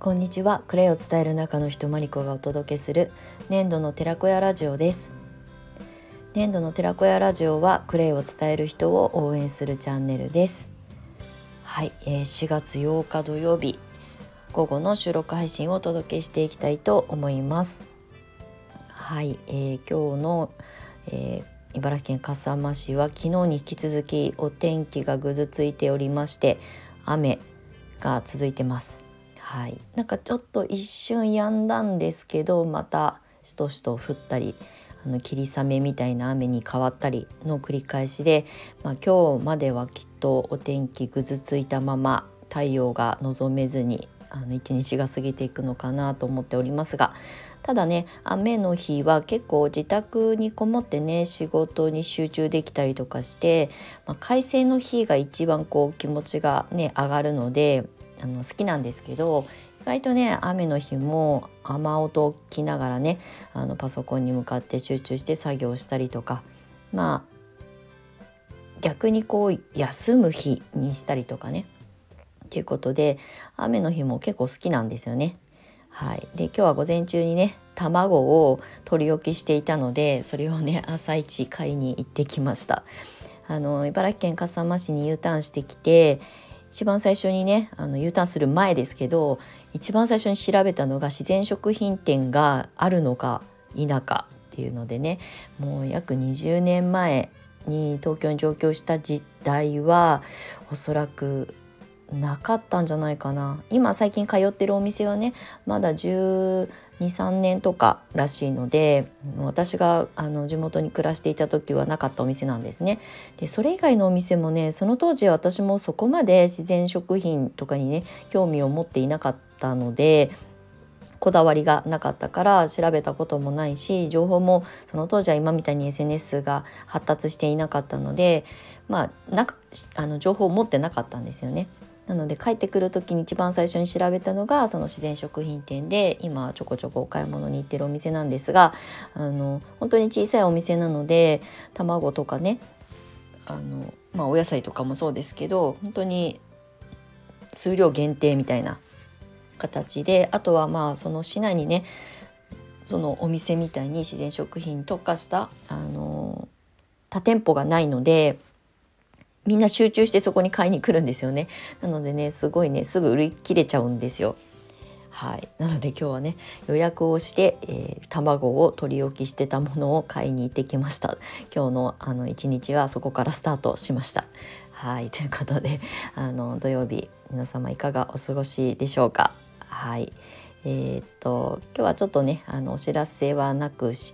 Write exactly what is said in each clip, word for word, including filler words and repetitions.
こんにちは。クレイを伝える中の人マリコがお届けする粘土の寺子屋ラジオです。粘土の寺子屋ラジオはクレイを伝える人を応援するチャンネルです。はい、えー、しがつようか土曜日午後の収録配信をお届けしていきたいと思います。はい、えー、今日の、えー、茨城県笠間市は昨日に引き続きお天気がぐずついておりまして雨が続いてます。はい、なんかちょっと一瞬止んだんですけど、またしとしと降ったり、あの霧雨みたいな雨に変わったりの繰り返しで、まあ、今日まではきっとお天気ぐずついたまま太陽が望めずにあの一日が過ぎていくのかなと思っておりますが、ただね、雨の日は結構自宅にこもってね仕事に集中できたりとかして、まあ、快晴の日が一番こう気持ちがね上がるのであの好きなんですけど、意外とね雨の日も雨音を聞きながらねあのパソコンに向かって集中して作業したりとか、まあ逆にこう休む日にしたりとかねっていうことで、雨の日も結構好きなんですよね。はい、で今日は午前中にね卵を取り置きしていたので、それをね朝一買いに行ってきました。あの茨城県笠間市に U ターンしてきて、一番最初にねあの U ターンする前ですけど、一番最初に調べたのが自然食品店があるのか否かっていうのでね、もう約にじゅうねんまえに東京に上京した時代はおそらくなかったんじゃないかな。今最近通ってるお店はねまだじゅうに、さんねんとからしいので、私があの地元に暮らしていた時はなかったお店なんですね。でそれ以外のお店もね、その当時私もそこまで自然食品とかにね興味を持っていなかったので、こだわりがなかったから調べたこともないし、情報もその当時は今みたいに エスエヌエス が発達していなかったので、まあ、なかあの情報を持ってなかったんですよね。なので帰ってくる時に一番最初に調べたのがその自然食品店で、今ちょこちょこお買い物に行ってるお店なんですが、あの本当に小さいお店なので卵とかねあの、まあ、お野菜とかもそうですけど本当に数量限定みたいな形で、あとはまあその市内にねそのお店みたいに自然食品に特化したあの多店舗がないので、みんな集中してそこに買いに来るんですよね。なのでねすごいねすぐ売り切れちゃうんですよ。はい、なので今日はね予約をして、えー、卵を取り置きしてたものを買いに行ってきました。今日のあの一日はそこからスタートしました。はい、ということであの土曜日皆様いかがお過ごしでしょうか。はい、えー、っと今日はちょっとねあのお知らせはなくして、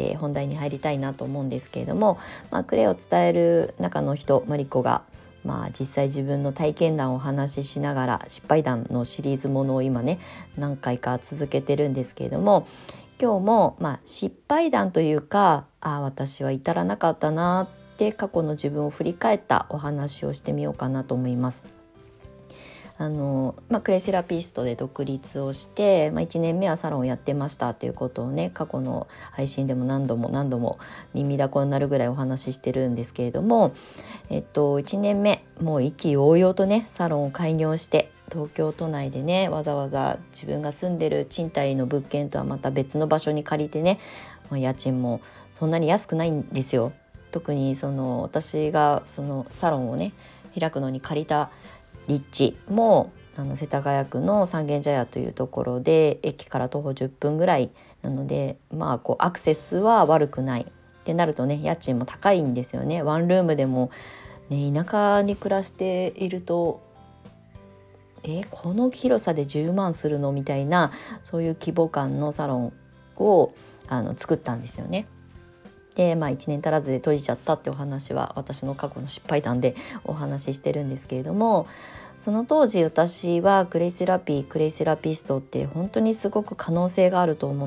えー、本題に入りたいなと思うんですけれども、まあ、クレイを伝える中の人マリコが、まあ、実際自分の体験談をお話ししながら失敗談のシリーズものを今ね何回か続けてるんですけれども、今日も、まあ、失敗談というか、あ私は至らなかったなって過去の自分を振り返ったお話をしてみようかなと思います。あのまあ、クレイセラピストで独立をして、まあ、いちねんめはサロンをやってましたっていうことをね過去の配信でも何度も何度も耳だこになるぐらいお話ししてるんですけれども、えっと、いちねんめもう意気揚々とねサロンを開業して、東京都内でねわざわざ自分が住んでる賃貸の物件とはまた別の場所に借りてね、まあ、家賃もそんなに安くないんですよ。特にその私がそのサロンをね開くのに借りた立地もあの世田谷区の三軒茶屋というところで、駅から徒歩じゅっぷんぐらいなので、まあこうアクセスは悪くないってなるとね家賃も高いんですよね。ワンルームでも、ね、田舎に暮らしているとえこの広さでじゅうまんするのみたいな、そういう規模感のサロンをあの作ったんですよね。でまあいちねん足らずで閉じちゃったってお話は私の過去の失敗談でお話ししてるんですけれども、その当時私はクレイセラピークレイセラピストって本当にすごく可能性があると思って、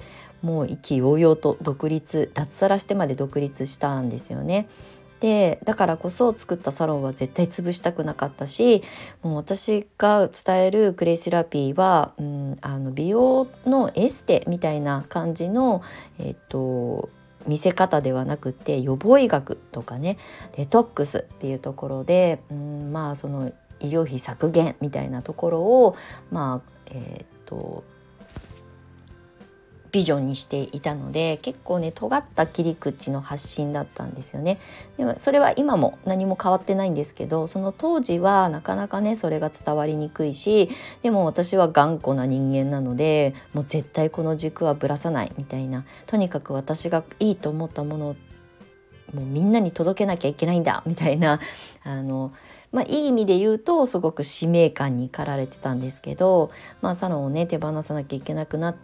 もう意気揚々と独立脱サラしてまで独立したんですよね。でだからこそ作ったサロンは絶対潰したくなかったし、もう私が伝えるクレイセラピーは、うん、あの美容のエステみたいな感じのえっと見せ方ではなくて、予防医学とかねデトックスっていうところで、うん、まあその医療費削減みたいなところをまあえー、っとビジョンにしていたので、結構ね尖った切り口の発信だったんですよね。でもそれは今も何も変わってないんですけど、その当時はなかなかねそれが伝わりにくいし、でも私は頑固な人間なので、もう絶対この軸はぶらさないみたいな、とにかく私がいいと思ったものをもうみんなに届けなきゃいけないんだみたいなあのまあ、いい意味で言うとすごく使命感に駆られてたんですけど、まあ、サロンをね手放さなきゃいけなくなって、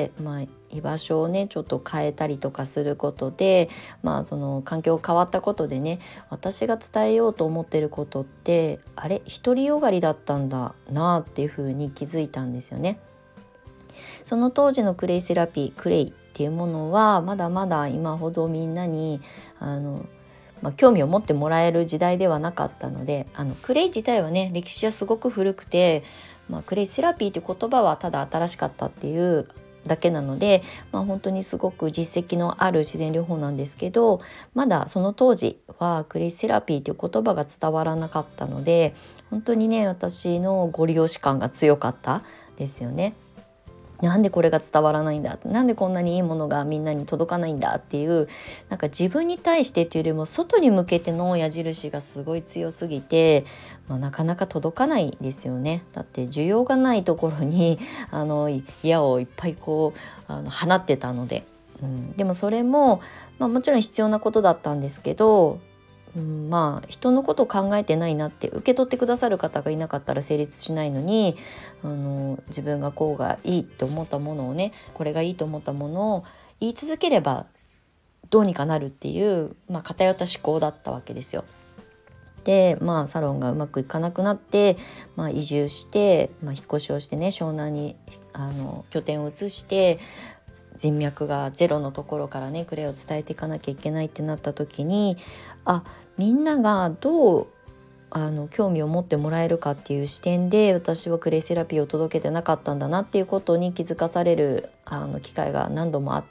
まあ、居場所をねちょっと変えたりとかすることで、まあ、その環境変わったことでね、私が伝えようと思ってることってあれ独りよがりだったんだなっていうふうに気づいたんですよね。その当時のクレイセラピークレイっていうものはまだまだ今ほどみんなにあのまあ、興味を持ってもらえる時代ではなかったので、あのクレイ自体はね歴史はすごく古くて、まあ、クレイセラピーという言葉はただ新しかったっていうだけなので、まあ、本当にすごく実績のある自然療法なんですけど、まだその当時はクレイセラピーという言葉が伝わらなかったので、本当にね私のご利用し感が強かったですよね。なんでこれが伝わらないんだ、なんでこんなにいいものがみんなに届かないんだっていう、なんか自分に対してっていうよりも外に向けての矢印がすごい強すぎて、まあ、なかなか届かないですよね。だって需要がないところにあの矢をいっぱいこうあの放ってたので、うん、でもそれも、まあ、もちろん必要なことだったんですけど、うん、まあ人のことを考えてないなって、受け取ってくださる方がいなかったら成立しないのに、あの自分がこうがいいと思ったものをね、これがいいと思ったものを言い続ければどうにかなるっていう、まあ、偏った思考だったわけですよ。でまあサロンがうまくいかなくなって、まあ、移住して、まあ、引っ越しをしてね湘南にあの拠点を移して、人脈がゼロのところからねクレイを伝えていかなきゃいけないってなった時に、あみんながどうあの興味を持ってもらえるかっていう視点で私はクレイセラピーを届けてなかったんだなっていうことに気づかされるあの機会が何度もあって、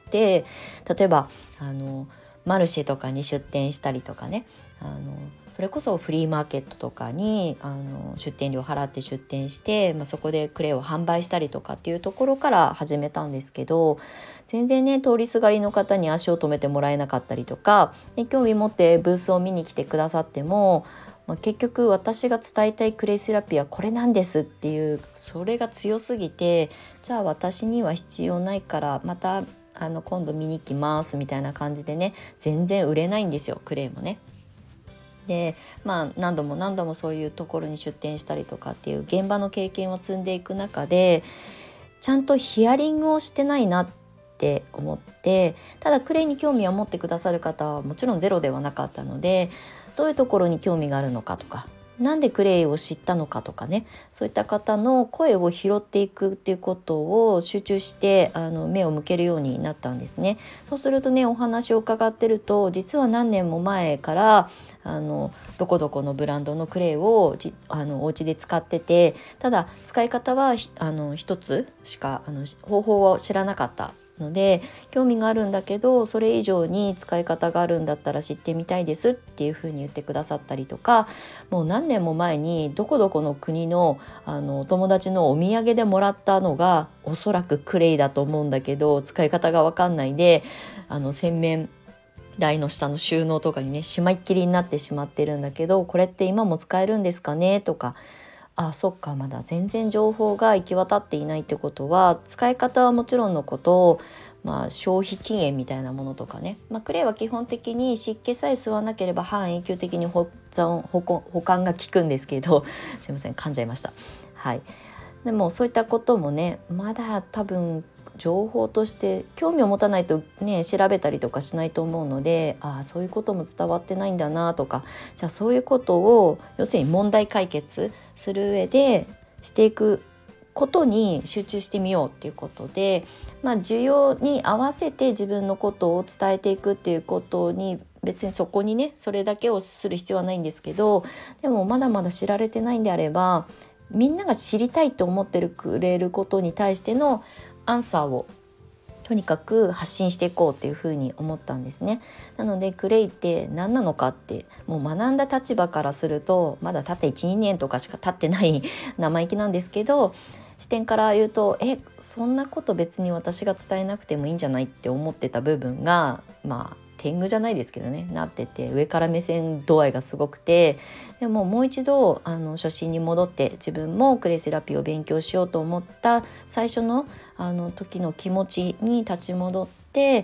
例えばあのマルシェとかに出店したりとかね、あのそれこそフリーマーケットとかにあの出店料払って出店して、まあ、そこでクレイを販売したりとかっていうところから始めたんですけど、全然ね通りすがりの方に足を止めてもらえなかったりとか、で興味持ってブースを見に来てくださっても、まあ、結局私が伝えたいクレイセラピーはこれなんですっていう、それが強すぎて、じゃあ私には必要ないからまたあの今度見に来ますみたいな感じでね、全然売れないんですよクレイもね。でまあ何度も何度もそういうところに出店したりとかっていう現場の経験を積んでいく中で、ちゃんとヒアリングをしてないなって思って、ただクレイに興味を持ってくださる方はもちろんゼロではなかったので、どういうところに興味があるのかとか、なんでクレイを知ったのかとかね、そういった方の声を拾っていくっていうことを集中してあの目を向けるようになったんですね。そうするとねお話を伺ってると、実は何年も前からあのどこどこのブランドのクレイをじあのお家で使ってて、ただ使い方はあの一つしかあの方法を知らなかったので、興味があるんだけどそれ以上に使い方があるんだったら知ってみたいですっていう風に言ってくださったりとか、もう何年も前にどこどこの国のあのお友達のお土産でもらったのがおそらくクレイだと思うんだけど、使い方が分かんないであの洗面台の下の収納とかにねしまいっきりになってしまってるんだけど、これって今も使えるんですかねとか、あそっかまだ全然情報が行き渡っていないってことは、使い方はもちろんのこと、まあ、消費期限みたいなものとかね、まあ、クレイは基本的に湿気さえ吸わなければ半永久的に保存保保管が効くんですけどすいません噛んじゃいました。はい、でもそういったこともねまだ多分情報として興味を持たないとね調べたりとかしないと思うので、ああそういうことも伝わってないんだなとか、じゃあそういうことを要するに問題解決する上でしていくことに集中してみようっていうことで、まあ需要に合わせて自分のことを伝えていくっていうことに、別にそこにねそれだけをする必要はないんですけど、でもまだまだ知られてないんであれば、みんなが知りたいと思ってるくれることに対してのアンサーをとにかく発信していこうっていうふうに思ったんですね。なのでクレイって何なのかって、もう学んだ立場からするとまだたったいち、にねんとかしか経ってない生意気なんですけど、視点から言うと、えそんなこと別に私が伝えなくてもいいんじゃないって思ってた部分が、まあ天狗じゃないですけどね、なってて、上から目線度合いがすごくて、でももう一度あの初心に戻って自分もクレイセラピーを勉強しようと思った最初のあの時の気持ちに立ち戻って、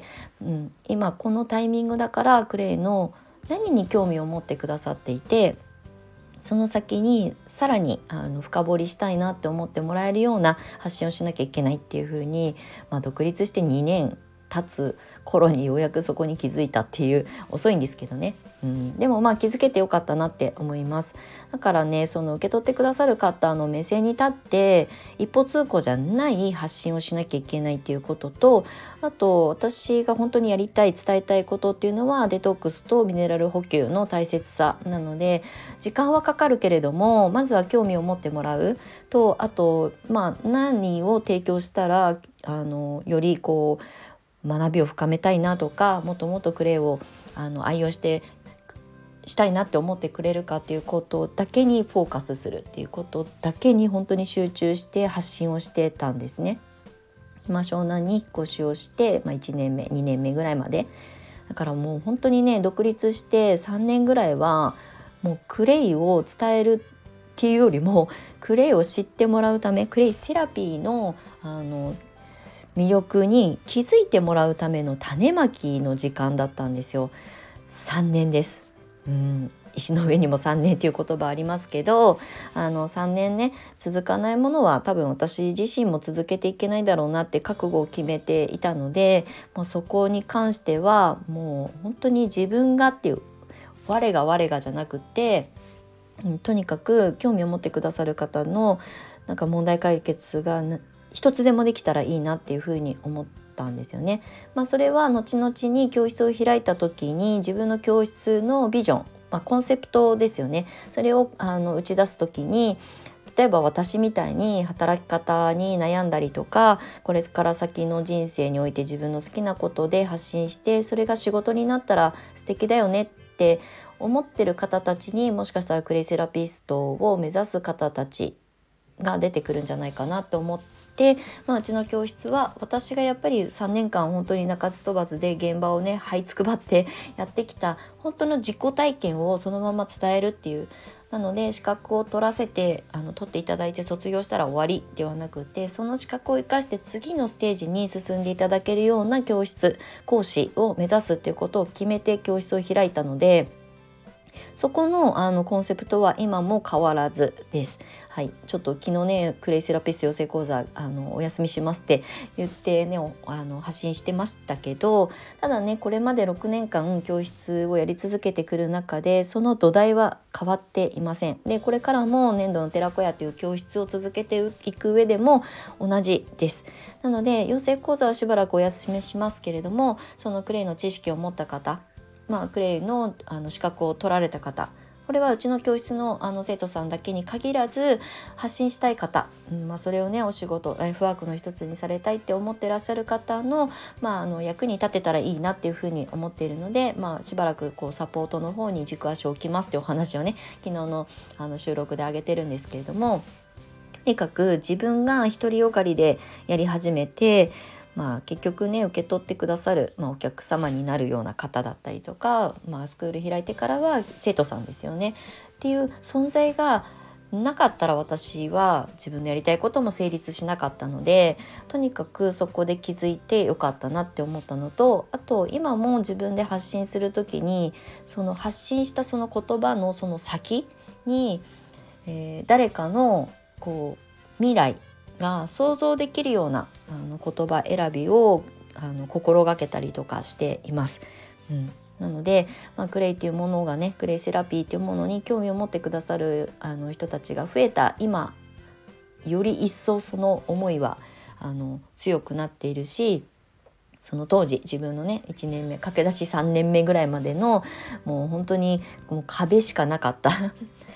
うん、今このタイミングだからクレイの何に興味を持ってくださっていて、その先にさらにあの深掘りしたいなって思ってもらえるような発信をしなきゃいけないっていう風に、まあ、独立してにねん経つ頃にようやくそこに気づいたっていう、遅いんですけどね、うん、でもまあ気づけてよかったなって思います。だからね、その受け取ってくださる方の目線に立って一方通行じゃない発信をしなきゃいけないっていうことと、あと私が本当にやりたい伝えたいことっていうのはデトックスとミネラル補給の大切さなので、時間はかかるけれどもまずは興味を持ってもらうと、あとまあ何を提供したらあのよりこう学びを深めたいなとか、もっともっとクレイをあの愛用してしたいなって思ってくれるかっていうことだけにフォーカスするっていうことだけに本当に集中して発信をしてたんですね。今湘南に引っ越しをして、まあ、いちねんめにねんめぐらいまでだから、もう本当にね独立してさんねんぐらいはもうクレイを伝えるっていうよりもクレイを知ってもらうため、クレイセラピーのあの魅力に気づいてもらうための種まきの時間だったんですよ。さんねんです。うん、石の上にもさんねんっていう言葉ありますけど、あのさんねんね続かないものは多分私自身も続けていけないだろうなって覚悟を決めていたので、もうそこに関してはもう本当に自分がっていう我が我がじゃなくて、うん、とにかく興味を持ってくださる方のなんか問題解決が一つでもできたらいいなっていうふうに思ったんですよね。まあ、それは後々に教室を開いた時に自分の教室のビジョン、まあ、コンセプトですよね。それをあの打ち出す時に、例えば私みたいに働き方に悩んだりとか、これから先の人生において自分の好きなことで発信して、それが仕事になったら素敵だよねって思ってる方たちに、もしかしたらクレイセラピストを目指す方たちが出てくるんじゃないかなと思って、まあ、うちの教室は私がやっぱりさんねんかん本当に鳴かず飛ばずで現場をね這いつくばってやってきた本当の自己体験をそのまま伝えるっていう、なので資格を取らせてあの取っていただいて卒業したら終わりではなくて、その資格を生かして次のステージに進んでいただけるような教室講師を目指すっていうことを決めて教室を開いたので、そこのあのコンセプトは今も変わらずです。はい、ちょっと昨日ねクレイセラピスト養成講座あのお休みしますって言ってねあの発信してましたけど、ただねこれまでろくねんかん教室をやり続けてくる中でその土台は変わっていません。でこれからも粘土の寺子屋という教室を続けていく上でも同じです。なので養成講座はしばらくお休みしますけれども、そのクレイの知識を持った方、まあ、クレイ の, あの資格を取られた方、これはうちの教室 の, あの生徒さんだけに限らず発信したい方、うんまあ、それをねお仕事ライフワークの一つにされたいって思ってらっしゃる方 の,、まあ、あの役に立てたらいいなっていうふうに思っているので、まあ、しばらくこうサポートの方に軸足を置きますっていうお話をね昨日 の, あの収録で上げてるんですけれども、とにかく自分が独りよがりでやり始めて、まあ、結局ね受け取ってくださる、まあ、お客様になるような方だったりとか、まあ、スクール開いてからは生徒さんですよねっていう存在がなかったら私は自分のやりたいことも成立しなかったので、とにかくそこで気づいてよかったなって思ったのと、あと今も自分で発信するときにその発信したその言葉のその先に、えー、誰かのこう未来が想像できるようなあの言葉選びをあの心がけたりとかしています。うん、なので、まあ、クレイっていうものがねクレイセラピーっていうものに興味を持ってくださるあの人たちが増えた今、より一層その思いはあの強くなっているし、その当時自分のねいちねんめ駆け出しさんねんめぐらいまでのもう本当にもう壁しかなかった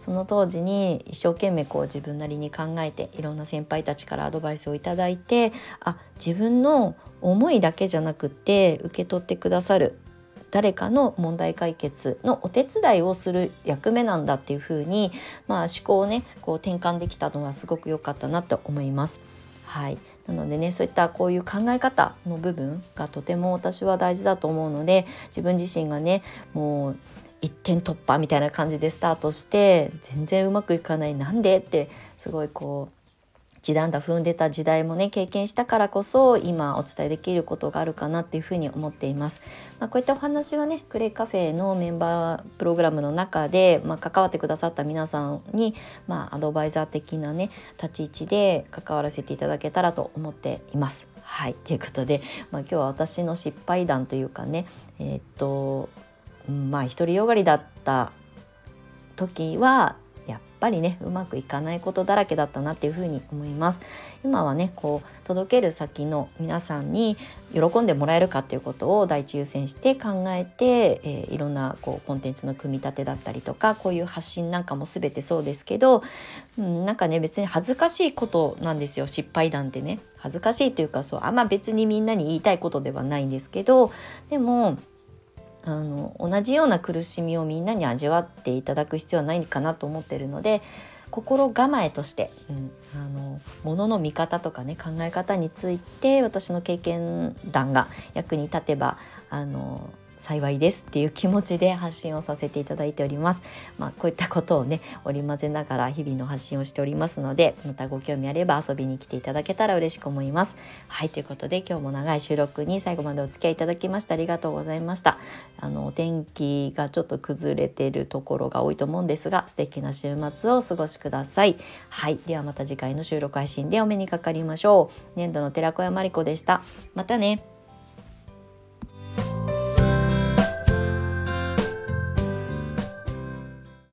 その当時に一生懸命こう自分なりに考えていろんな先輩たちからアドバイスをいただいて、あ、自分の思いだけじゃなくて受け取ってくださる誰かの問題解決のお手伝いをする役目なんだっていう風に、まあ、思考をねこう転換できたのはすごく良かったなと思います。はい、なのでね、そういったこういう考え方の部分がとても私は大事だと思うので、自分自身がねもう一点突破みたいな感じでスタートして全然うまくいかない、なんでってすごいこう一段だ踏んでた時代もね経験したからこそ今お伝えできることがあるかなっていうふうに思っています。まあ、こういったお話はねクレイカフェのメンバープログラムの中で、まあ、関わってくださった皆さんに、まあ、アドバイザー的なね立ち位置で関わらせていただけたらと思っています。はい、ということで、まあ、今日は私の失敗談というかね、えーっとうんまあ独りよがりだった時はやっぱりねうまくいかないことだらけだったなっていうふうに思います。今はねこう届ける先の皆さんに喜んでもらえるかっていうことを第一優先して考えて、えー、いろんなこうコンテンツの組み立てだったりとかこういう発信なんかも全てそうですけど、うん、なんかね別に恥ずかしいことなんですよ。失敗談ってね恥ずかしいというかそうあんま別にみんなに言いたいことではないんですけど、でもあの同じような苦しみをみんなに味わっていただく必要はないかなと思っているので、心構えとして、うん、あの物の見方とかね考え方について私の経験談が役に立てばあの幸いですっていう気持ちで発信をさせていただいております。まあ、こういったことをね織り交ぜながら日々の発信をしておりますので、またご興味あれば遊びに来ていただけたら嬉しく思います。はい、ということで今日も長い収録に最後までお付き合いいただきましてありがとうございました。あのお天気がちょっと崩れているところが多いと思うんですが、素敵な週末をお過ごしください。はい、ではまた次回の収録配信でお目にかかりましょう。年度の寺子屋まりこでした。またね。